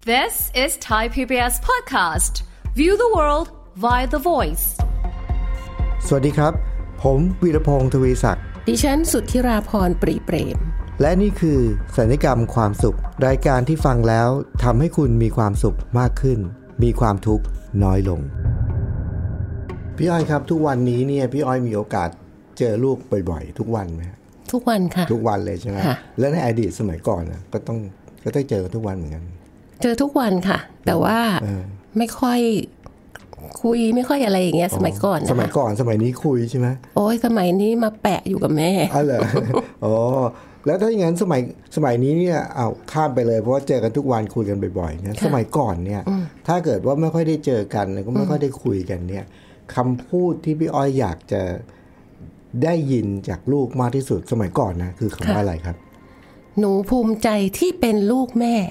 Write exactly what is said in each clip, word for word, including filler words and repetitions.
This is Thai พี บี เอส podcast. View the world via the voice. สวัสดีครับผมวีรพงษ์ทวีศักดิ์ดิฉันสุทธิราพรปรีเปรมและนี่คือสัญญกรรมความสุขรายการที่ฟังแล้วทำให้คุณมีความสุขมากขึ้นมีความทุกข์น้อยลงพี่อ้อยครับทุกวันนี้เนี่ยพี่อ้อยมีโอกาสเจอลูกบ่อยๆทุกวันไหมทุกวันค่ะทุกวันเลยใช่ไหมแล้วในอดีตสมัยก่อนนะก็ต้องก็ต้องเจอทุกวันเหมือนกันเจอทุกวันค่ะแต่ว่าไม่ค่อยคุยไม่ค่อยอะไรอย่างเงี้ยสมัยก่อนสมัยก่อนสมัยนี้คุยใช่ไหมโอ้ยสมัยนี้มาแปะอยู่กับแม่อ๋อเหรออ๋อแล้วถ้าอย่างนั้นสมัยสมัยนี้เนี่ยเอาข้ามไปเลยเพราะว่าเจอกันทุกวันคุยกันบ่อยๆนะสมัยก่อนเนี่ยถ้าเกิดว่าไม่ค่อยได้เจอกันก็ไม่ค่อยได้คุยกันเนี่ยคำพูดที่พี่อ้อยอยากจะได้ยินจากลูกมากที่สุดสมัยก่อนนะคือคำว่าอะไรครับหนูภูมิใจที่เป็นลูกแม่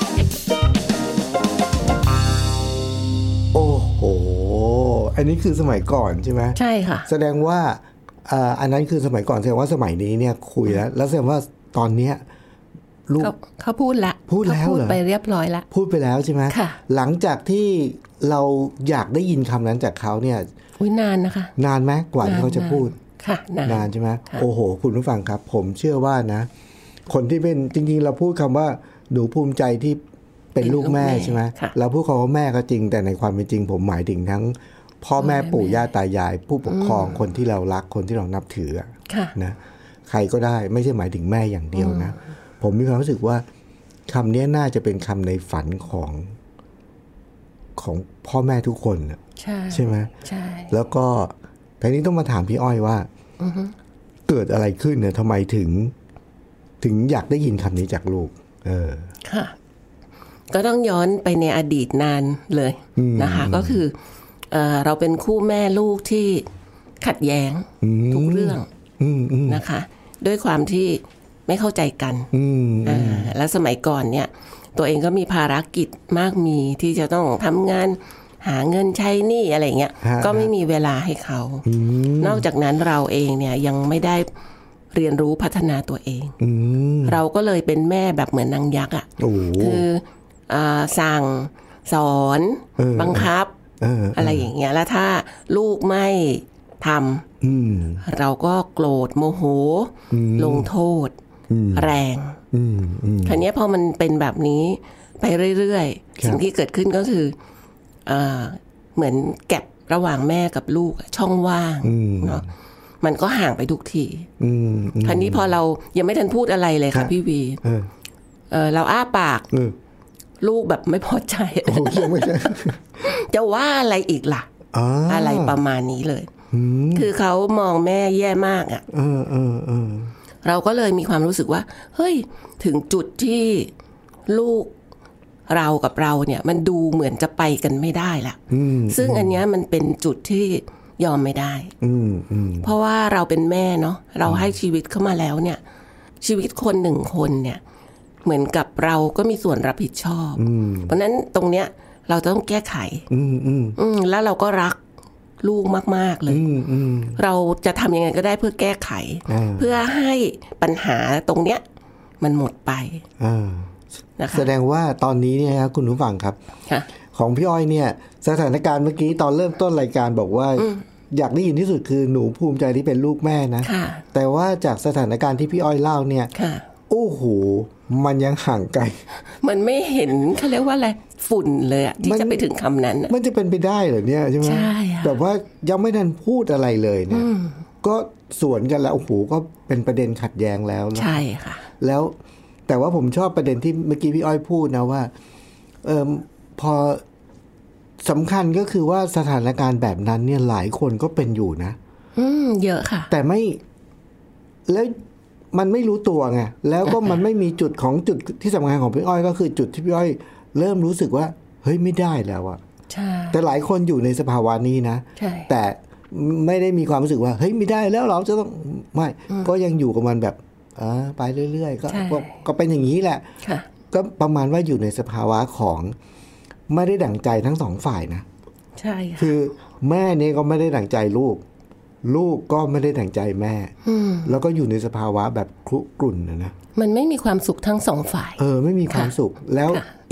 โอ้โหอันนี้คือสมัยก่อนใช่ไหมใช่ค่ะแสดงว่าอ่าอันนั้นคือสมัยก่อนแสดงว่าสมัยนี้เนี่ยคุยแล้วแล้วแสดงว่าตอนเนี้ยลูกเขาพูดละพูดแล้วเหรอพูดไปเรียบร้อยละพูดไปแล้วใช่ไหมค่ะหลังจากที่เราอยากได้ยินคำนั้นจากเขาเนี่ยอุ้ยนานนะคะนานไหมกว่าที่เขาจะพูดค่ะนานนานใช่ไหมโอ้โหคุณผู้ฟังครับผมเชื่อว่านะคนที่เป็นจริงๆเราพูดคำว่าหนูภูมิใจที่เป็นลูกแม่ใช่ไหมเราพูดคำว่าแม่ก็จริงแต่ในความเป็นจริงผมหมายถึงทั้งพ่อแม่ปู่ย่าตายายผู้ปกครองคนที่เรารักคนที่เรานับถือนะใครก็ได้ไม่ใช่หมายถึงแม่อย่างเดียวนะผมมีความรู้สึกว่าคำนี้น่าจะเป็นคำในฝันของของพ่อแม่ทุกคนใช่ใช่ไหมใช่แล้วก็ทีนี้ต้องมาถามพี่อ้อยว่าเกิดอะไรขึ้นเนี่ยทำไมถึงถึงอยากได้ยินคำนี้จากลูกเออค่ะก็ต้องย้อนไปในอดีตนานเลยนะคะก็คือเอ่อเราเป็นคู่แม่ลูกที่ขัดแย้งทุกเรื่องนะคะด้วยความที่ไม่เข้าใจกันอ่าแล้วสมัยก่อนเนี่ยตัวเองก็มีภารกิจมากมีที่จะต้องทำงานหาเงินใช้หนี้อะไรเงี้ยก็ไม่มีเวลาให้เขานอกจากนั้นเราเองเนี่ยยังไม่ได้เรียนรู้พัฒนาตัวเองเราก็เลยเป็นแม่แบบเหมือนนางยักษ์อ่ะคือสั่งสอนบังคับอะไรอย่างเงี้ยแล้วถ้าลูกไม่ทำเราก็โกรธโมโหลงโทษแรงคราวนี้พอมันเป็นแบบนี้ไปเรื่อยๆสิ่งที่เกิดขึ้นก็คือเหมือนแก็บระหว่างแม่กับลูกช่องว่างเนาะมันก็ห่างไปทุกทีคราวนี้พอเรายังไม่ทันพูดอะไรเลยค่ะพี่วีเราอ้าปากลูกแบบไม่พอใจจะว่าอะไรอีกล่ะ อ, อะไรประมาณนี้เลยคือเขามองแม่แย่มากอ่ะเราก็เลยมีความรู้สึกว่าเฮ้ยถึงจุดที่ลูกเรากับเราเนี่ยมันดูเหมือนจะไปกันไม่ได้ละซึ่งอันนี้มันเป็นจุดที่ยอมไม่ได้เพราะว่าเราเป็นแม่เนาะเราให้ชีวิตเข้ามาแล้วเนี่ยชีวิตคนหนึ่งคนเนี่ยเหมือนกับเราก็มีส่วนรับผิดชอบเพราะนั้นตรงเนี้ยเราต้องแก้ไขแล้วเราก็รักลูกมากๆเลยเราจะทำยังไงก็ได้เพื่อแก้ไขเพื่อให้ปัญหาตรงเนี้ยมันหมดไปนะคะแสดงว่าตอนนี้เนี่ยครับคุณผู้ฟังครับของพี่อ้อยเนี่ยสถานการณ์เมื่อกี้ตอนเริ่มต้นรายการบอกว่าอยากได้ยินที่สุดคือหนูภูมิใจที่เป็นลูกแม่นะแต่ว่าจากสถานการณ์ที่พี่อ้อยเล่าเนี่ยโอ้โหมันยังห่างไกลมันไม่เห็นเขาเรียกว่าอะไรฝุ่นเลยอะที่จะไปถึงคำนั้นมันจะเป็นไปได้เหรอเนี่ยใช่ไหมใช่แบบว่ายังไม่ทันพูดอะไรเลยเนี่ยก็สวนกันแล้วโอ้โหก็เป็นประเด็นขัดแย้งแล้วใช่ค่ะแล้วแต่ว่าผมชอบประเด็นที่เมื่อกี้พี่อ้อยพูดนะว่าเออพอสำคัญก็คือว่าสถานการณ์แบบนั้นเนี่ยหลายคนก็เป็นอยู่นะอืมเยอะค่ะแต่ไม่แล้วมันไม่รู้ตัวไงแล้วก็มันไม่มีจุดของจุดที่สำคัญของพี่อ้อยก็คือจุดที่พี่อ้อยเริ่มรู้สึกว่าเฮ้ยไม่ได้แล้วอะใช่แต่หลายคนอยู่ในสภาวะนี้นะแต่ไม่ได้มีความรู้สึกว่าเฮ้ยไม่ได้แล้วเราจะต้องไม่ก็ยังอยู่กับมันแบบอ่าไปเรื่อยๆก็ก็เป็นอย่างนี้แหละก็ประมาณว่าอยู่ในสภาวะของไม่ได้ดั่งใจทั้งสองฝ่ายนะใช่คือแม่นี่ก็ไม่ได้ดั่งใจลูกลูกก็ไม่ได้ดั่งใจแม่แล้วก็อยู่ในสภาวะแบบครุกรุ่นนะนะมันไม่มีความสุขทั้งสองฝ่ายเออไม่มีความสุขแล้ว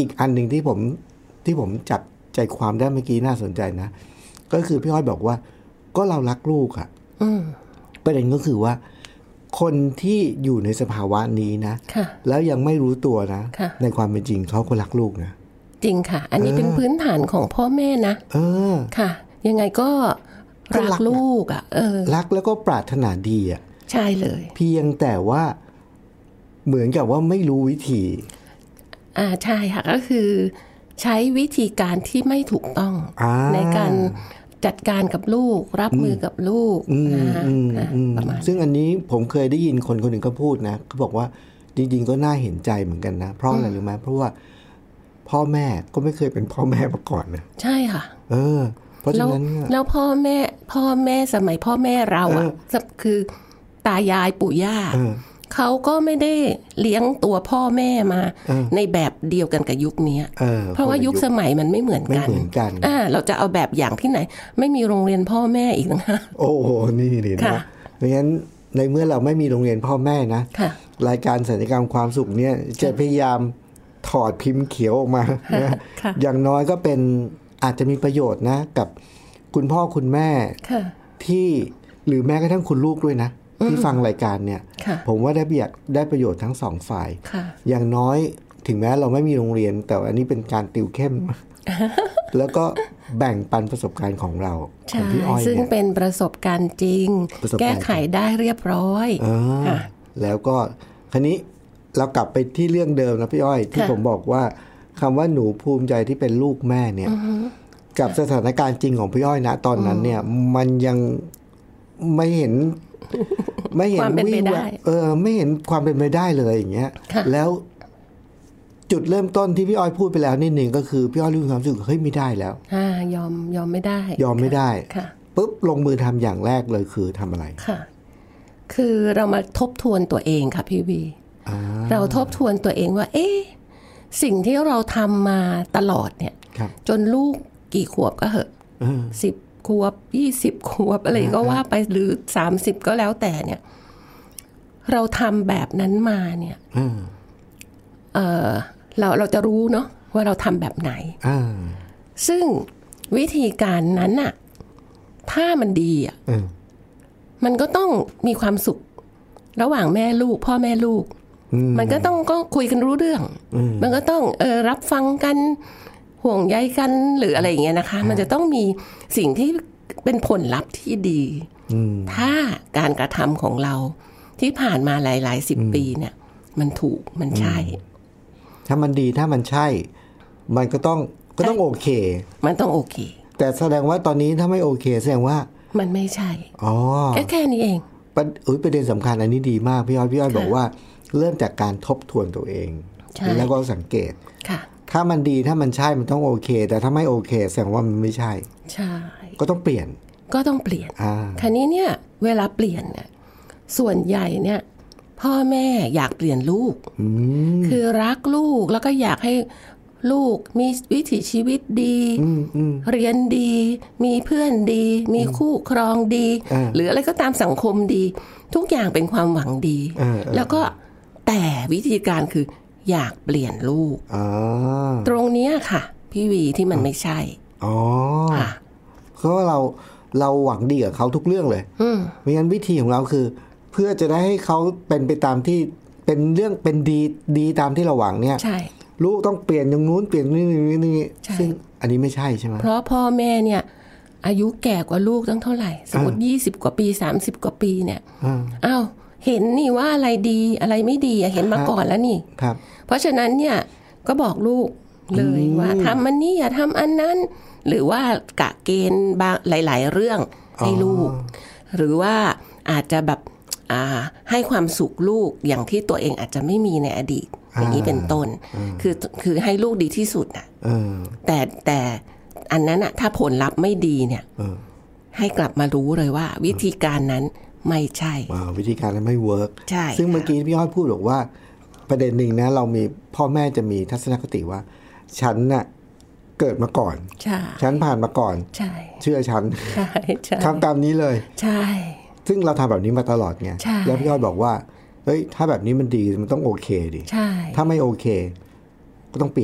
อีกอันหนึ่งที่ผมที่ผมจับใจความได้เมื่อกี้น่าสนใจนะก็คือพี่อ้อยบอกว่าก็เรารักลูกอะประเด็นก็คือว่าคนที่อยู่ในสภาวะนี้นะแล้วยังไม่รู้ตัวนะในความเป็นจริงเขาก็รักลูกนะจริงค่ะอันนี้เป็นพื้นฐานของพ่อแม่นะเออค่ะยังไงก็รักลูกอ่ะเออรักแล้วก็ปรารถนาดีอ่ะใช่เลยเพียงแต่ว่าเหมือนกับว่าไม่รู้วิธีอ่าใช่ค่ะก็คือใช้วิธีการที่ไม่ถูกต้องในการจัดการกับลูกรับมือกับลูกนะประมาณซึ่งอันนี้ผมเคยได้ยินคนคนหนึ่งเขาพูดนะเขาบอกว่าจริงๆก็น่าเห็นใจเหมือนกันนะเพราะอะไรรู้ไหมเพราะว่าพ่อแม่ก็ไม่เคยเป็นพ่อแม่มาก่อนนะใช่ค่ะเออเพราะฉะนั้นแล้วพ่อแม่พ่อแม่สมัยพ่อแม่เราอ่ะคือตายายปู่ย่าเขาก็ไม่ได้เลี้ยงตัวพ่อแม่มาในแบบเดียวกันกับยุคนี้เ, เพราะว่ายุคสมัยมันไม่เหมือนกันอ่าเราจะเอาแบบอย่างที่ไหนไม่มีโรงเรียนพ่อแม่อีกนะโอ้โหนี่นี่นะเพราะฉะนั้นในเมื่อเราไม่มีโรงเรียนพ่อแม่นะรายการสัญญกรรมความสุขเนี่ยจะพยายามถอดพิมพ์เขียวออกมานะอย่างน้อยก็เป็นอาจจะมีประโยชน์นะกับคุณพ่อคุณแม่ที่หรือแม้กระทั่งคุณลูกด้วยนะที่ฟังรายการเนี่ยผมว่าได้ประโยชน์ได้ประโยชน์ทั้งสองฝ่ายอย่างน้อยถึงแม้เราไม่มีโรงเรียนแต่อันนี้เป็นการติวเข้ม แล้วก็แบ่งปันประสบการณ์ของเราของพี่อ้อยซึ่งเป็นประสบการณ์จริงแก้ไขได้เรียบร้อยแล้วก็คราวนี้เรากลับไปที่เรื่องเดิมนะพี่อ้อยที่ผมบอกว่าคำว่าหนูภูมิใจที่เป็นลูกแม่เนี่ยกับสถานการณ์จริงของพี่อ้อยนะตอนนั้นเนี่ยมันยังไม่เห็นไม่เห็นวิ่งเออไม่เห็นความเป็นไปได้เลยอย่างเงี้ยแล้วจุดเริ่มต้นที่พี่อ้อยพูดไปแล้วนิดนึงก็คือพี่อ้อยรู้ความรู้สึกเฮ้ยไม่ได้แล้วอ่ายอมยอมไม่ได้ยอมไม่ได้ปุ๊บลงมือทำอย่างแรกเลยคือทำอะไรค่ะคือเรามาทบทวนตัวเองค่ะพี่วีเราทบทวนตัวเองว่าเอ๊ะสิ่งที่เราทำมาตลอดเนี่ยจนลูกกี่ขวบก็เหอะสิบขวบยี่สิบขวบอะไรก็ว่าไปหรือสามสิบก็แล้วแต่เนี่ยเราทำแบบนั้นมาเนี่ยเออเราเราจะรู้เนาะว่าเราทำแบบไหนซึ่งวิธีการนั้นน่ะถ้ามันดีอ่ะมันก็ต้องมีความสุขระหว่างแม่ลูกพ่อแม่ลูกมันก็ต้องก็คุยกันรู้เรื่องมันก็ต้องเออรับฟังกันห่วงใยกันหรืออะไรอย่างเงี้ยนะคะมันจะต้องมีสิ่งที่เป็นผลลัพธ์ที่ดีถ้าการกระทำของเราที่ผ่านมาหลายๆสิบปีเนี่ยมันถูกมันใช่ถ้ามันดีถ้ามันใช่มันก็ต้องก็ต้องโอเคมันต้องโอเคแต่แสดงว่าตอนนี้ถ้าไม่โอเคแสดงว่ามันไม่ใช่อ๋อแค่แค่นี้เองประประเด็นสำคัญอันนี้ดีมากพี่อ้อยพี่อ้อยบอกว่าเริ่มจากการทบทวนตัวเองแล้วก็สังเกตถ้ามันดีถ้ามันใช่มันต้องโอเคแต่ถ้าไม่โอเคแสดงว่ามันไม่ใช่ใช่ก็ต้องเปลี่ยนก็ต้องเปลี่ยนคราวนี้เนี่ยเวลาเปลี่ยนเนี่ยส่วนใหญ่เนี่ยพ่อแม่อยากเปลี่ยนลูกคือรักลูกแล้วก็อยากให้ลูกมีวิถีชีวิตดีเรียนดีมีเพื่อนดีมีคู่ครองดีหรืออะไรก็ตามสังคมดีทุกอย่างเป็นความหวังดีแล้วก็แต่วิธีการคืออยากเปลี่ยนลูกตรงนี้ค่ะพี่วีที่มันไม่ใช่อ๋อค่ะเพราะว่าเราเราหวังดีกับเขาทุกเรื่องเลยเพราะงั้นวิธีของเราคือเพื่อจะได้ให้เขาเป็นไปตามที่เป็นเรื่องเป็นดีดีตามที่เราหวังเนี่ยลูกต้องเปลี่ยนอย่างนู้นเปลี่ยนนี่นี่นี่ซึ่งอันนี้ไม่ใช่ใช่ไหมเพราะพ่อแม่เนี่ยอายุแก่กว่าลูกตั้งเท่าไหร่สมมติยี่สิบกว่าปีสามสิบกว่าปีเนี่ยอ้าวเห็นนี่ว่าอะไรดีอะไรไม่ดีเห็นมาก่อนแล้วนี่ครับเพราะฉะนั้นเนี่ยก็บอกลูกเลยว่าทำอันนี้อย่าทำอันนั้นหรือว่ากะเกณฑ์บางหลายๆเรื่องให้ลูกหรือว่าอาจจะแบบให้ความสุขลูกอย่างที่ตัวเองอาจจะไม่มีในอดีตอย่างนี้เป็นต้นคือคือให้ลูกดีที่สุดน่ะแต่แต่อันนั้นน่ะถ้าผลลัพธ์ไม่ดีเนี่ยให้กลับมารู้เลยว่าวิธีการนั้นไม่ใช่วิธีการนั้นไม่เวิร์กใช่ซึ่งเมื่อกี้พี่อ้อยพูดบอกว่าประเด็นหนึ่งนะเรามีพ่อแม่จะมีทัศนคติว่าฉันน่ะเกิดมาก่อนฉันผ่านมาก่อนเชื่อฉันทำตามนี้เลยใช่ซึ่งเราทำแบบนี้มาตลอดไงแล้วพี่อ้อยบอกว่าเฮ้ยถ้าแบบนี้มันดีมันต้องโอเคดิถ้าไม่โอเคก็ต้องเปลี่ยน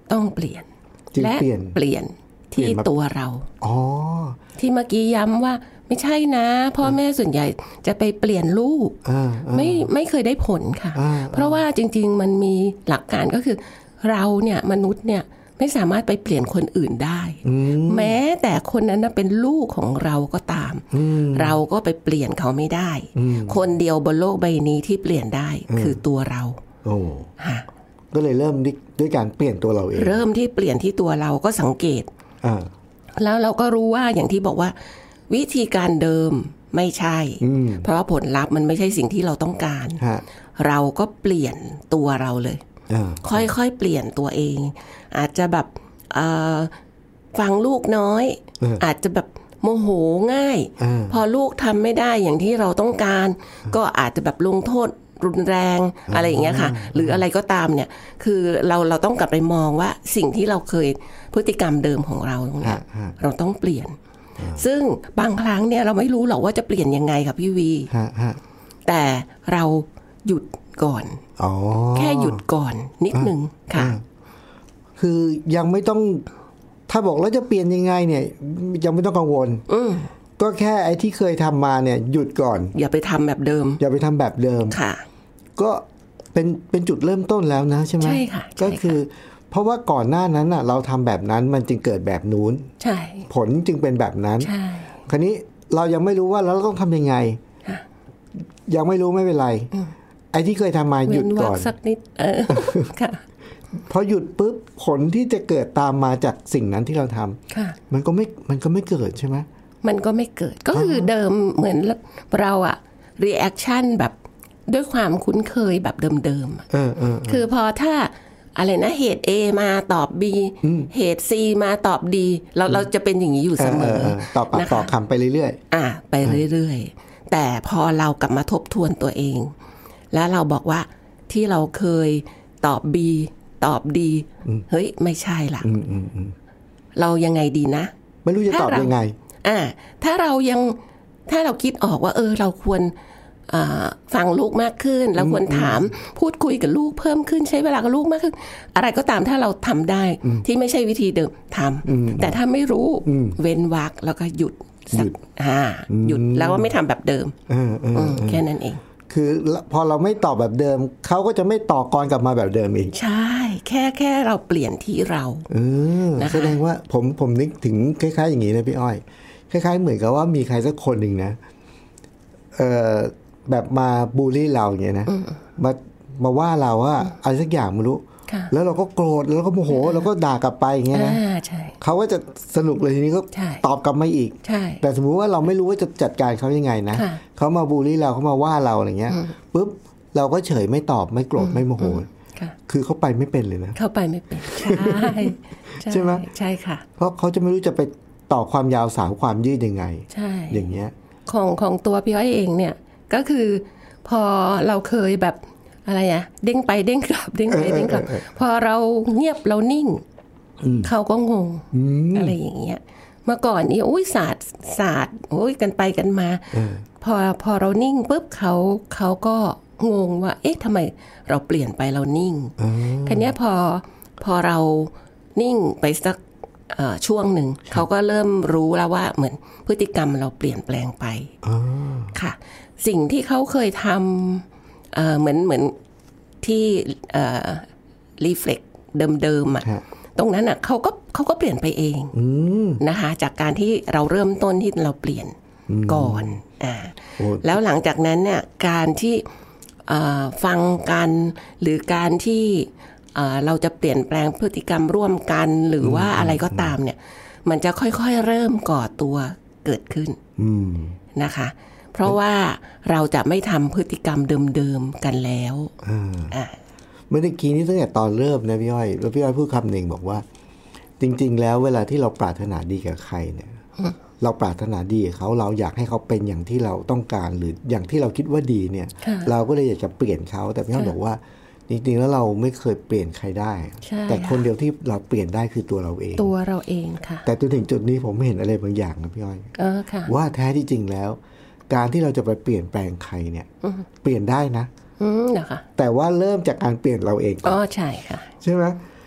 ต้องเปลี่ยนและเปลี่ยนที่ตัวเราอ๋อที่เมื่อกี้ย้ำว่าไม่ใช่นะพ่อแม่ส่วนใหญ่จะไปเปลี่ยนลูกไม่ไม่เคยได้ผลค่ะเพราะว่าจริงๆมันมีหลักการก็คือเราเนี่ยมนุษย์เนี่ยไม่สามารถไปเปลี่ยนคนอื่นได้แม้แต่คนนั้นเป็นลูกของเราก็ตามเราก็ไปเปลี่ยนเขาไม่ได้คนเดียวบนโลกใบนี้ที่เปลี่ยนได้คือตัวเราโอ้ก็เลยเริ่มด้วยการเปลี่ยนตัวเราเองเริ่มที่เปลี่ยนที่ตัวเราก็สังเกตแล้วเราก็รู้ว่าอย่างที่บอกว่าวิธีการเดิมไม่ใช่เพราะผลลัพธ์มันไม่ใช่สิ่งที่เราต้องการเราก็เปลี่ยนตัวเราเลยค่อยๆเปลี่ยนตัวเองอาจจะแบบฟังลูกน้อยอาจจะแบบโมโหง่ายพอลูกทำไม่ได้อย่างที่เราต้องการก็อาจจะแบบลงโทษรุนแรงอะไรอย่างเงี้ยค่ะหรืออะไรก็ตามเนี่ยคือเราเราต้องกลับไปมองว่าสิ่งที่เราเคยพฤติกรรมเดิมของเราเนี่ยเราต้องเปลี่ยนซึ่งบางครั้งเนี่ยเราไม่รู้หรอกว่าจะเปลี่ยนยังไงค่ะพี่วีแต่เราหยุดก่อนแค่หยุดก่อนนิดนึงค่ะคือยังไม่ต้องถ้าบอกแล้วจะเปลี่ยนยังไงเนี่ยยังไม่ต้องกังวลก็แค่ไอ้ที่เคยทำมาเนี่ยหยุดก่อนอย่าไปทำแบบเดิมอย่าไปทำแบบเดิมค่ะก็เป็นเป็นจุดเริ่มต้นแล้วนะใช่ไหมใช่ค่ะก็คือเพราะว่าก่อนหน้านั้นน่ะเราทำแบบนั้นมันจึงเกิดแบบนู้นใช่ผลจึงเป็นแบบนั้นใช่คราวนี้เรายังไม่รู้ว่าแล้วเราต้องทำยังไงยังไม่รู้ไม่เป็นไรไอ้ที่เคยทำมาหยุดก่อนสักนิดเออค่ะพอหยุดปุ๊บผลที่จะเกิดตามมาจากสิ่งนั้นที่เราทำมันก็ไม่มันก็ไม่เกิดใช่ไหมมันก็ไม่เกิดก็คือเดิมเหมือนเราอะ reaction แบบด้วยความคุ้นเคยแบบเดิมๆคือพอถ้าอะไรนะเหตุ A มาตอบ B เหตุ C มาตอบ D เราเราจะเป็นอย่างนี้อยู่เสมอตอบปากต่อคำไปเรื่อยๆอ่ะไปเรื่อยๆแต่พอเรากลับมาทบทวนตัวเองแล้วเราบอกว่าที่เราเคยตอบ B ตอบ D เฮ้ยไม่ใช่ล่ะเรายังไงดีนะไม่รู้จะตอบยังไงอ่าถ้าเรายังถ้าเราคิดออกว่าเออเราควรฟังลูกมากขึ้นเราควรถามพูดคุยกับลูกเพิ่มขึ้นใช้เวลากับลูกมากขึ้นอะไรก็ตามถ้าเราทำได้ที่ไม่ใช่วิธีเดิมทำแต่ถ้าไม่รู้เว้นวรรคแล้วก็หยุดหยุดอ่าหยุดแล้วก็ไม่ทำแบบเดิมแค่นั้นเองคือพอเราไม่ตอบแบบเดิมเขาก็จะไม่ต่อกรกลับมาแบบเดิมอีกใช่แค่แค่เราเปลี่ยนที่เราแสดงว่าผมผมนึกถึงคล้ายๆอย่างนี้นะพี่อ้อยคล้ายๆเหมือนกับว่ามีใครสักคนหนึ่งนะเอ่อแบบมาบูลลี่เราอย่างเงี้ยนะมามาว่าเราว่าอะไรสักอย่างไม่รู้แล้วเราก็โกรธแล้วก็โมโหแล้วก็ด่ากลับไปอย่างเงี้ยนะเขาก็จะสนุกเลยทีนี้ก็ตอบกลับมาอีกแต่สมมุติว่าเราไม่รู้ว่าจะจัดการเขายังไงนะเขามาบูลลี่เราเขามาว่าเราอะไรเงี้ยปุ๊บเราก็เฉยไม่ตอบไม่โกรธไม่โมโหคือเขาไปไม่เป็นเลยนะเขาไปไม่เป็นใช่ใช่ไหมใช่ค่ะเพราะเขาจะไม่รู้จะไปต่อความยาวสาวความยืดยังไงใช่อย่างเงี้ยของของตัวพี่อ้อยเองเนี่ยก็คือพอเราเคยแบบอะไรอะเด้งไปเด้งกลับเด้งไปเด้งกลับพอเราเงียบเรานิ่งเขาก็งงอะไรอย่างเงี้ยเมื่อก่อนนี้อุ้ยศาสตร์ศาสตร์โอ้ยกันไปกันมาพอพอเรานิ่งปุ๊บเขาเขาก็งงว่าเอ๊ะทำไมเราเปลี่ยนไปเรานิ่งคันนี้พอพอเรานิ่งไปสักช่วงหนึ่งเขาก็เริ่มรู้แล้วว่าเหมือนพฤติกรรมเราเปลี่ยนแปลงไปค่ะสิ่งที่เขาเคยทำเอ่อเหมือนเหมือนที่เอ่อรีเฟล็กเดิมๆอ่ะตรงนั้นอ่ะเขาก็เขาก็เปลี่ยนไปเองนะคะจากการที่เราเริ่มต้นที่เราเปลี่ยนก่อนอ่าแล้วหลังจากนั้นเนี่ยการที่ฟังกันหรือการที่เราจะเปลี่ยนแปลงพฤติกรรมร่วมกันหรือว่าอะไรก็ตามเนี่ยมันจะค่อยๆเริ่มก่อตัวเกิดขึ้นนะคะเพราะว่าเราจะไม่ทำพฤติกรรมเดิมๆกันแล้วเมื่อกี้นี้ตั้งแต่ตอนเริ่มนะพี่อ้อยแล้วพี่อ้อยพูดคำหนึ่งบอกว่าจริงๆแล้วเวลาที่เราปรารถนาดีกับใครเนี่ยเราปรารถนาดีกับเขาเราอยากให้เขาเป็นอย่างที่เราต้องการหรืออย่างที่เราคิดว่าดีเนี่ยเราก็เลยอยากจะเปลี่ยนเขาแต่พี่อ้อยบอกว่าจริงๆแล้วเราไม่เคยเปลี่ยนใครได้แต่คนเดียวที่เราเปลี่ยนได้คือตัวเราเองตัวเราเองค่ะแต่จนถึงจุดนี้ผมเห็นอะไรบางอย่างนะพี่อ้อยเออค่ะว่าแท้ที่จริงแล้วการที่เราจะไปเปลี่ยนแปลงใครเนี่ยเปลี่ยนได้นะอืมนะคะแต่ว่าเริ่มจากการเปลี่ยนเราเองอ๋อใช่ค่ะใช่ไหม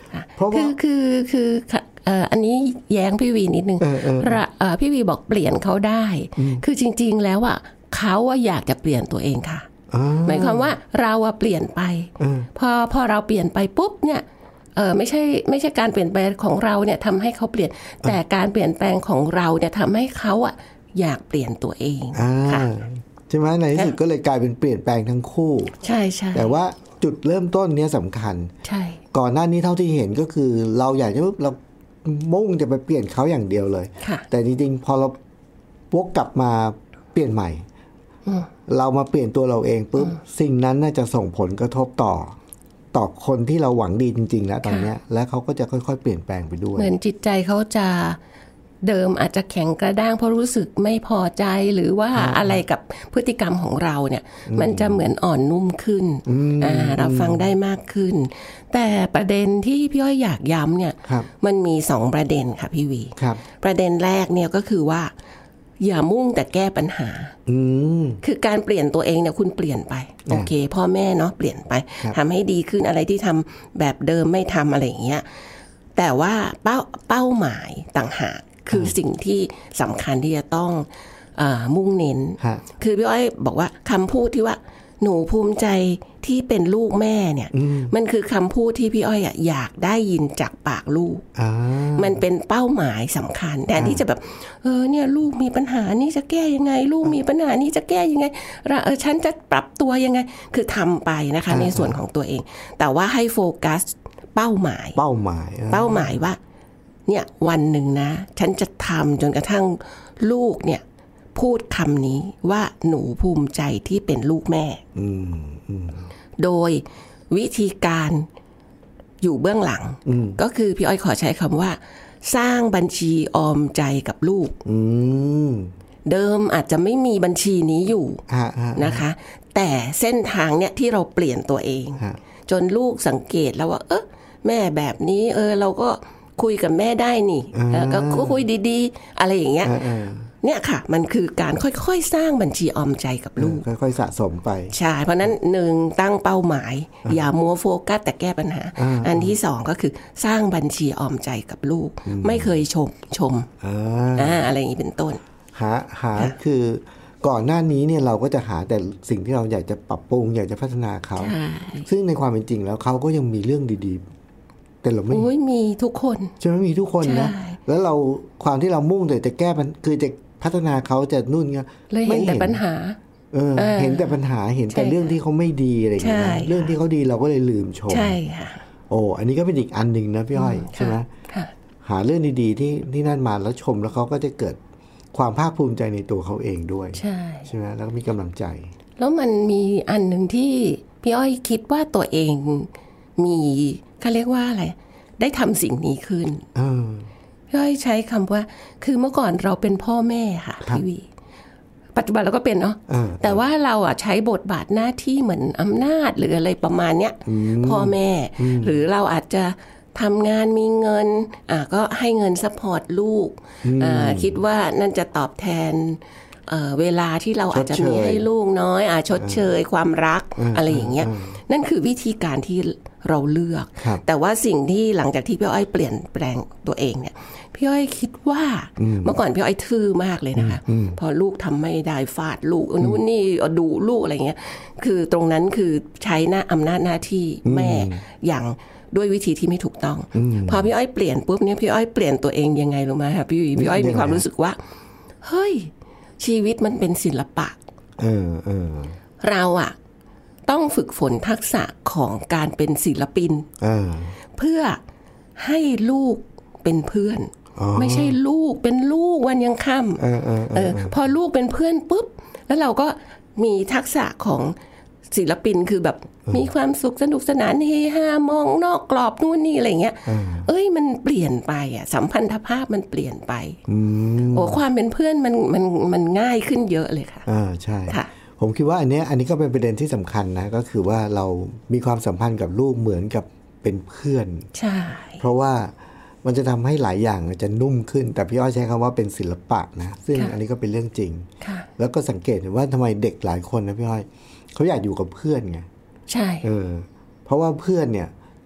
เพราะว่าคือคือคืออันนี้แย้งพี่วีนิดนึงพี่วีบอกเปลี่ยนเขาได้คือจริงๆแล้วอ่ะเขาอยากจะเปลี่ยนตัวเองค่ะหมายความว่าเราอะเปลี่ยนไปพอพอเราเปลี่ยนไปปุ๊บเนี่ยเออไม่ใช่ไม่ใช่การเปลี่ยนแปลงของเราเนี่ยทำให้เขาเปลี่ยนแต่การเปลี่ยนแปลงของเราเนี่ยทำให้เขาอะอยากเปลี่ยนตัวเองค่ะใช่ไหมในที่สุดก็เลยกลายเป็นเปลี่ยนแปลงทั้งคู่ใช่ใช่แต่ว่าจุดเริ่มต้นเนี้ยสำคัญใช่ก่อนหน้านี้เท่าที่เห็นก็คือเราอยากจะเรามุ่งจะไปเปลี่ยนเขาอย่างเดียวเลยแต่จริงๆพอเราวกกลับมาเปลี่ยนใหม่เรามาเปลี่ยนตัวเราเองปุ๊บสิ่งนั้นน่าจะส่งผลกระทบต่อต่อคนที่เราหวังดีจริงๆแล้วตอนนี้และเขาก็จะค่อยๆเปลี่ยนแปลงไปด้วยเหมือนจิตใจเขาจะเดิมอาจจะแข็งกระด้างเพราะรู้สึกไม่พอใจหรือว่าอะไรกับพฤติกรรมของเราเนี่ยมันจะเหมือนอ่อนนุ่มขึ้นอ่าเราฟังได้มากขึ้นแต่ประเด็นที่พี่อ้อยอยากย้ำเนี่ยมันมีสองประเด็นค่ะพี่วีประเด็นแรกเนี่ยก็คือว่าอย่ามุ่งแต่แก้ปัญหาคือการเปลี่ยนตัวเองเนี่ยคุณเปลี่ยนไปโอเคพ่อแม่เนาะเปลี่ยนไปทำให้ดีขึ้นอะไรที่ทำแบบเดิมไม่ทำอะไรอย่างเงี้ยแต่ว่าเป้าเป้าหมายต่างหากคือสิ่งที่สำคัญที่จะต้องเอ่อมุ่งเน้นคือพี่อ้อยบอกว่าคำพูดที่ว่าหนูภูมิใจที่เป็นลูกแม่เนี่ยมันคือคำพูดที่พี่อ้อยอยากได้ยินจากปากลูกมันเป็นเป้าหมายสำคัญแต่ที่จะแบบเออเนี่ยลูกมีปัญหานี่จะแก้ยังไงลูกมีปัญหานี่จะแก้ยังไงเออฉันจะปรับตัวยังไงคือทำไปนะคะในส่วนของตัวเองแต่ว่าให้โฟกัสเป้าหมายเป้าหมายเป้าหมายว่าเนี่ยวันหนึ่งนะฉันจะทำจนกระทั่งลูกเนี่ยพูดคำนี้ว่าหนูภูมิใจที่เป็นลูกแม่โดยวิธีการอยู่เบื้องหลังก็คือพี่อ้อยขอใช้คำว่าสร้างบัญชีออมใจกับลูกเดิมอาจจะไม่มีบัญชีนี้อยู่นะคะแต่เส้นทางเนี่ยที่เราเปลี่ยนตัวเองจนลูกสังเกตแล้วว่าเออแม่แบบนี้เออเราก็คุยกับแม่ได้นี่ก็คุยดีๆอะไรอย่างเงี้ยเนี่ยค่ะมันคือการค่อยๆสร้างบัญชีออมใจกับลูกค่อยๆสะสมไปใช่เพราะนั้นหนึ่งตั้งเป้าหมายอย่ามัวโฟกัสแต่แก้ปัญหาอันที่สองก็คือสร้างบัญชีออมใจกับลูกไม่เคยชมชมอ่าอะไรอย่างนี้เป็นต้นหาหาคือก่อนหน้านี้เนี่ยเราก็จะหาแต่สิ่งที่เราอยากจะปรับปรุงอยากจะพัฒนาเขาซึ่งในความเป็นจริงแล้วเขาก็ยังมีเรื่องดีๆแต่เราไม่โอ้ยมีทุกคนใช่ไหมมีทุกคนนะแล้วเราความที่เรามุ่งแต่จะแก้มันคือจะพัฒนาเขาจะนู่นเงี้ยไม่เห็นแต่ปัญหาเออเห็นแต่ปัญหาเห็นแต่เรื่องที่เขาไม่ดีอะไรอย่างเงี้ยเรื่องที่เขาดีเราก็เลยลืมชมใช่ค่ะโอ้อันนี้ก็เป็นอีกอันหนึ่งนะพี่อ้อยใช่ไหมหาเรื่องดีๆที่ที่นั่นมาแล้วชมแล้วเขาก็จะเกิดความภาคภูมิใจในตัวเขาเองด้วยใช่ใช่ไหมแล้วก็มีกำลังใจแล้วมันมีอันหนึ่งที่พี่อ้อยคิดว่าตัวเองมีเขาเรียกว่าอะไรได้ทำสิ่งนี้ขึ้นพี่อ้อยใช้คำว่าคือเมื่อก่อนเราเป็นพ่อแม่ค่ะพี่วีปัจจุบันเราก็เป็นเนาะแต่ว่าเราอ่ะใช้บทบาทหน้าที่เหมือนอำนาจหรืออะไรประมาณเนี้ยพ่อแม่หรือเราอาจจะทำงานมีเงินอ่ะก็ให้เงินซัพพอร์ตลูกอ่าคิดว่านั่นจะตอบแทนเอ่อเวลาที่เราอาจจะมีให้ลูกน้อยอ่ะชดเชยความรักอะไรอย่างเงี้ยนั่นคือวิธีการที่เราเลือกแต่ว่าสิ่งที่หลังจากที่พี่อ้อยเปลี่ยนแปลงตัวเองเนี่ยพี่อ้อยคิดว่าเมื่อก่อนพี่อ้อยทื่อมากเลยนะคะพอลูกทำไม่ได้ฟาดลูกนู่นนี่ดูลูกอะไรเงี้ยคือตรงนั้นคือใช้หน้าอำนาจหน้าที่แม่อย่างด้วยวิธีที่ไม่ถูกต้องพอพี่อ้อยเปลี่ยนปุ๊บเนี่ยพี่อ้อยเปลี่ยนตัวเองยังไงรู้ไหมคะพี่พี่อ้อยมีความรู้สึกว่าเฮ้ยชีวิตมันเป็นศิลปะเออเออเราอะต้องฝึกฝนทักษะของการเป็นศิลปินเพื่อให้ลูกเป็นเพื่อนไม่ใช่ลูกเป็นลูกวันยังค่ำเออพอลูกเป็นเพื่อนปุ๊บแล้วเราก็มีทักษะของศิลปินคือแบบมีความสุขสนุกสนานเฮฮามองนอกกรอบนู่นนี่อะไรเงี้ยเอ้ยมันเปลี่ยนไปอ่ะสัมพันธภาพมันเปลี่ยนไปโอ้ความเป็นเพื่อนมันมันมันง่ายขึ้นเยอะเลยค่ะอ่าใช่ค่ะผมคิดว่าอันนี้อันนี้ก็เป็นประเด็นที่สำคัญนะก็คือว่าเรามีความสัมพันธ์กับลูกเหมือนกับเป็นเพื่อนใช่เพราะว่ามันจะทำให้หลายอย่างจะนุ่มขึ้นแต่พี่อ้อยใช้คำว่าเป็นศิลปะนะซึ่งอันนี้ก็เป็นเรื่องจริงแล้วก็สังเกตเห็นว่าทำไมเด็กหลายคนนะพี่อ้อยเขาอยากอยู่กับเพื่อนไงใช่เออเพราะว่าเพื่อนเนี่ย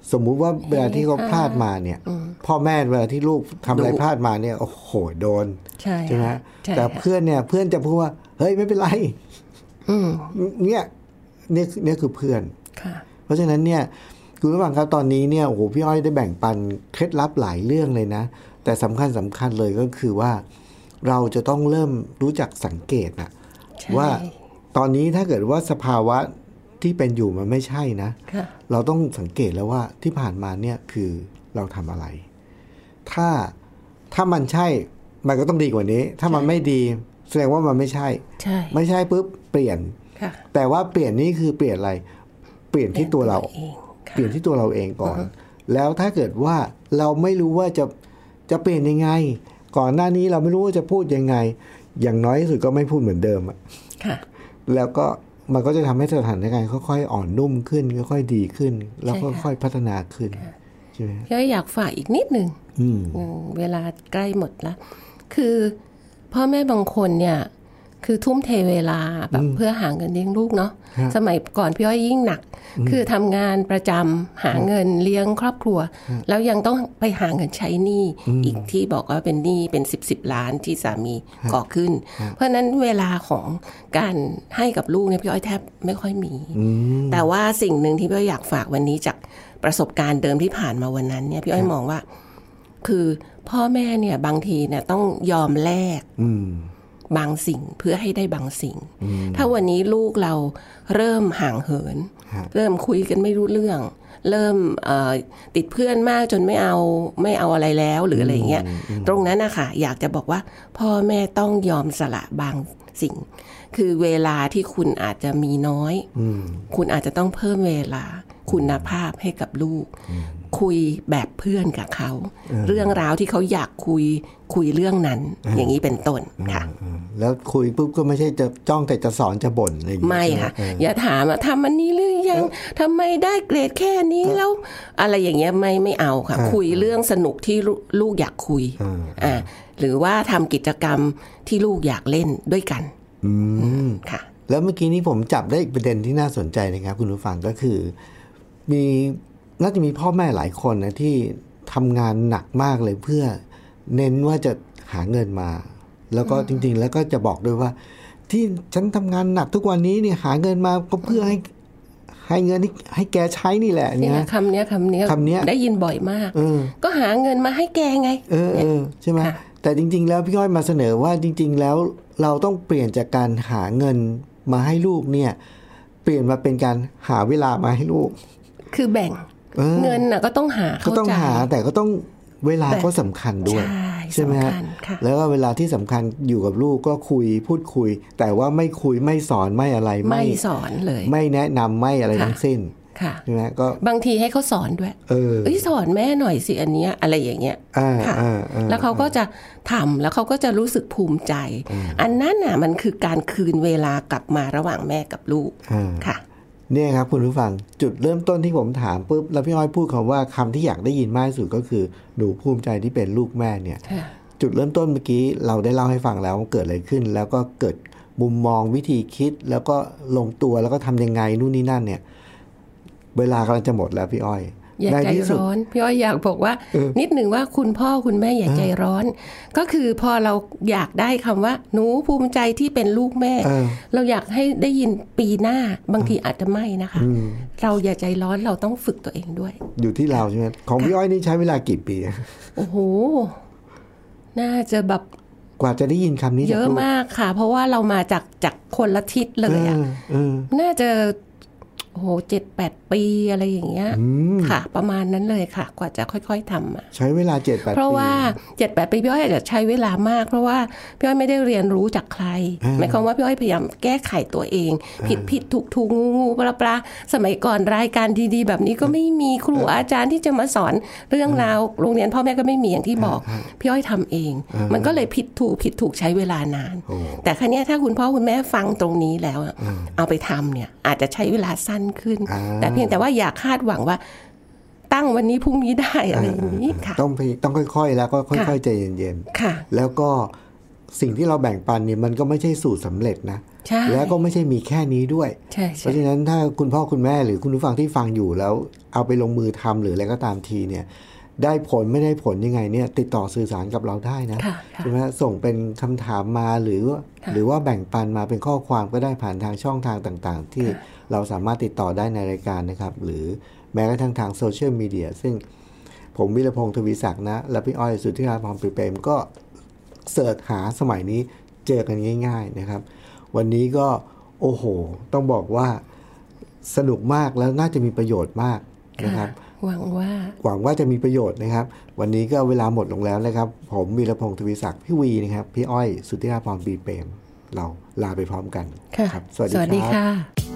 สมมุติว่าเวลาที่เขาพลาดมาเนี่ยพ่อแม่เวลาที่ลูกทำอะไรพลาดมาเนี่ยโอ้โหโดนใช่ใช่ไหมแต่เพื่อนเนี่ยเพื่อนจะพูดว่าเฮ้ยไม่เป็นไรเนี่ยเนี่ยเนี่ยคือเพื่อนเพราะฉะนั้นเนี่ยคุณผู้ฟังครับตอนนี้เนี่ยโอ้โหพี่อ้อยได้แบ่งปันเคล็ดลับหลายเรื่องเลยนะแต่สำคัญสำคัญเลยก็คือว่าเราจะต้องเริ่มรู้จักสังเกตนะว่าตอนนี้ถ้าเกิดว่าสภาวะที่เป็นอยู่มันไม่ใช่นะเราต้องสังเกตแล้วว่าที่ผ่านมาเนี่ยคือเราทำอะไรถ้าถ้ามันใช่มันก็ต้องดีกว่านี้ถ้ามันไม่ดีแสดงว่ามันไม่ใช่ไม่ใช่ปุ๊บเปลี่ยนแต่ว่าเปลี่ยนนี่คือเปลี่ยนอะไรเปลี่ยนที่ตัวเราเปลี่ยนที่ตัวเราเองก่อนแล้วถ้าเกิดว่าเราไม่รู้ว่าจะจะเปลี่ยนยังไงก่อนหน้านี้เราไม่รู้ว่าจะพูดยังไงอย่างน้อยที่สุดก็ไม่พูดเหมือนเดิมอ่ะแล้วก็มันก็จะทำให้สถานการณ์ค่อยๆอ่อนนุ่มขึ้นค่อยๆดีขึ้นแล้วก็ค่อยพัฒนาขึ้นใช่ไหมก็อยากฝากอีกนิดนึงเวลาใกล้หมดแล้วคือพ่อแม่บางคนเนี่ยคือทุ่มเทเวลาแบบเพื่อหาเงินเลี้ยงลูกเนาะสมัยก่อนพี่อ้อยยิ่งหนักคือทำงานประจำหาเงินเลี้ยงครอบครัวแล้วยังต้องไปหาเงินใช้หนี้อีกที่บอกว่าเป็นหนี้เป็นสิบสิบล้านที่สามีก่อขึ้นเพราะนั้นเวลาของการให้กับลูกเนี่ยพี่อ้อยแทบไม่ค่อยมีแต่ว่าสิ่งหนึ่งที่พี่อ้อยอยากฝากวันนี้จากประสบการณ์เดิมที่ผ่านมาวันนั้นเนี่ยพี่อ้อยมองว่าคือพ่อแม่เนี่ยบางทีเนี่ยต้องยอมแลกบางสิ่งเพื่อให้ได้บางสิ่งถ้าวันนี้ลูกเราเริ่มห่างเหินเริ่มคุยกันไม่รู้เรื่องเริ่มติดเพื่อนมากจนไม่เอาไม่เอาอะไรแล้วหรืออะไรเงี้ยตรงนั้นนะคะอยากจะบอกว่าพ่อแม่ต้องยอมสละบางสิ่งคือเวลาที่คุณอาจจะมีน้อยคุณอาจจะต้องเพิ่มเวลาคุณภาพให้กับลูกคุยแบบเพื่อนกับเขาเรื่องราวที่เขาอยากคุยคุยเรื่องนั้นอย่างนี้เป็นต้นค่ะแล้วคุยปุ๊บก็ไม่ใช่จะจ้องแต่จะสอนจะบ่นอะไรอย่างนี้ไม่ค่ะอย่าถามว่าทำอันนี้หรือยังทำไมได้เกรดแค่นี้แล้วอะไรอย่างเงี้ยไม่ไม่เอาค่ะคุยเรื่องสนุกที่ลูกอยากคุยอ่าหรือว่าทำกิจกรรมที่ลูกอยากเล่นด้วยกันค่ะแล้วเมื่อกี้นี้ผมจับได้อีกประเด็นที่น่าสนใจนะครับคุณผู้ฟังก็คือมีน่าจะมีพ่อแม่หลายคนนะที่ทำงานหนักมากเลยเพื่อเน้นว่าจะหาเงินมาแล้วก็จริงๆแล้วก็จะบอกด้วยว่าที่ฉันทำงานหนักทุกวันนี้เนี่ยหาเงินมาก็เพื่อให้ให้เงินให้แกใช้นี่แหละเนี่ยคำนี้คำนี้คำนี้ได้ยินบ่อยมากก็หาเงินมาให้แกไงเออเออใช่ไหมแต่จริงๆแล้วพี่อ้อยมาเสนอว่าจริงๆแล้วเราต้องเปลี่ยนจากการหาเงินมาให้ลูกเนี่ยเปลี่ยนมาเป็นการหาเวลามาให้ลูกคือแบ่งเงินน่ะก็ต้องหาก็ต้องหาแต่ก็ต้องเวลาก็สำคัญด้วยใช่ไหมฮะแล้วก็เวลาที่สำคัญอยู่กับลูกก็คุยพูดคุยแต่ว่าไม่คุยไม่สอนไม่อะไรไม่สอนเลยไม่แนะนำไม่อะไรทั้งสิ้นใช่ไหมก็บางทีให้เขาสอนด้วยเออสอนแม่หน่อยสิอันเนี้ยอะไรอย่างเงี้ยค่ะแล้วเขาก็จะทำแล้วเขาก็จะรู้สึกภูมิใจอันนั้นน่ะมันคือการคืนเวลากลับมาระหว่างแม่กับลูกค่ะเนี่ยครับคุณผู้ฟังจุดเริ่มต้นที่ผมถามปุ๊บแล้วพี่อ้อยพูดคำว่าคำที่อยากได้ยินมากที่สุดก็คือหนูภูมิใจที่เป็นลูกแม่เนี่ยจุดเริ่มต้นเมื่อกี้เราได้เล่าให้ฟังแล้วเกิดอะไรขึ้นแล้วก็เกิดมุมมองวิธีคิดแล้วก็ลงตัวแล้วก็ทำยังไงนู่นนี่นั่นเนี่ยเวลากำลังจะหมดแล้วพี่อ้อยอย่าใจร้อนพี่อ้อยอยากบอกว่านิดหนึ่งว่าคุณพ่อคุณแม่อย่าใจร้อนก็คือพอเราอยากได้คำว่าหนูภูมิใจที่เป็นลูกแม่เราอยากให้ได้ยินปีหน้าบางทีอาจจะไม่นะคะเราอย่าใจร้อนเราต้องฝึกตัวเองด้วยอยู่ที่เราใช่ไหมของพี่อ้อยนี่ใช้เวลากี่ปีโอ้โหน่าจะแบบกว่าจะได้ยินคำนี้เยอะมากค่ะเพราะว่าเรามาจากจากคนละทิศเลยอ่ะน่าจะโอ้โหเจ็ดแปดปีอะไรอย่างเงี้ยค่ะประมาณนั้นเลยค่ะกว่าจะค่อยๆทำอ่ะใช้เวลาเจ็ดแปดปีเพราะว่าเจ็ดแปดปีพี่อ้อยอาจจะใช้เวลามากเพราะว่าพี่อ้อยไม่ได้เรียนรู้จากใครหมายความว่าพี่อ้อยพยายามแก้ไขตัวเองผิดผิดถูกถูกงูงูปลาปลาสมัยก่อนรายการดีๆแบบนี้ก็ไม่มีครูอาจารย์ที่จะมาสอนเรื่องราวโรงเรียนพ่อแม่ก็ไม่มีอย่างที่บอกพี่อ้อยทำเองมันก็เลยผิดถูกผิดถูกใช้เวลานานแต่ครั้งนี้ถ้าคุณพ่อคุณแม่ฟังตรงนี้แล้วเอาไปทำเนี่ยอาจจะใช้เวลาสั้นขึ้นแต่เพียงแต่ว่าอย่าคาดหวังว่าตั้งวันนี้พรุ่งนี้ได้อะไรอย่างนี้ค่ะต้องต้องค่อยๆแล้วก็ค่อยๆใจเย็นๆแล้วก็สิ่งที่เราแบ่งปันเนี่ยมันก็ไม่ใช่สูตรสำเร็จนะแล้วก็ไม่ใช่มีแค่นี้ด้วยเพราะฉะนั้นถ้าคุณพ่อคุณแม่หรือคุณผู้ฟังที่ฟังอยู่แล้วเอาไปลงมือทำหรืออะไรก็ตามทีเนี่ยได้ผลไม่ได้ผลยังไงเนี่ยติดต่อสื่อสารกับเราได้นะใช่ไหมส่งเป็นคำถามมาหรือหรือว่าแบ่งปันมาเป็นข้อความก็ได้ผ่านทางช่องทางต่างๆที่เราสามารถติดต่อได้ในรายการนะครับหรือแม้กระทั่งทางโซเชียลมีเดียซึ่งผมวิรพงษ์ทวีศักดิ์นะและพี่อ้อยสุทธิราพรปรีเปรมก็เสิร์ชหาสมัยนี้เจอกันง่ายๆนะครับวันนี้ก็โอ้โหต้องบอกว่าสนุกมากแล้วน่าจะมีประโยชน์มากนะครับหวังว่าหวังว่าจะมีประโยชน์นะครับวันนี้ก็เวลาหมดลงแล้วนะครับผมวีรพงษ์ทวีศักดิ์พี่วีนะครับพี่อ้อยสุทธิราพรปรีเปรมเราลาไปพร้อมกันครับสวัสดีค่ะ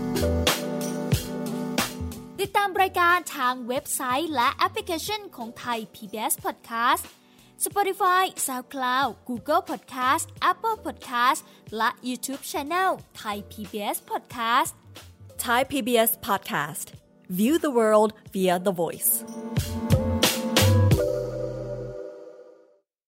ติดตามรายการทางเว็บไซต์และแอปพลิเคชันของไทย พี บี เอส Podcast Spotify SoundCloud Google Podcast Apple Podcast และ YouTube Channel Thai พี บี เอส Podcast Thai พี บี เอส Podcast View the world via the voice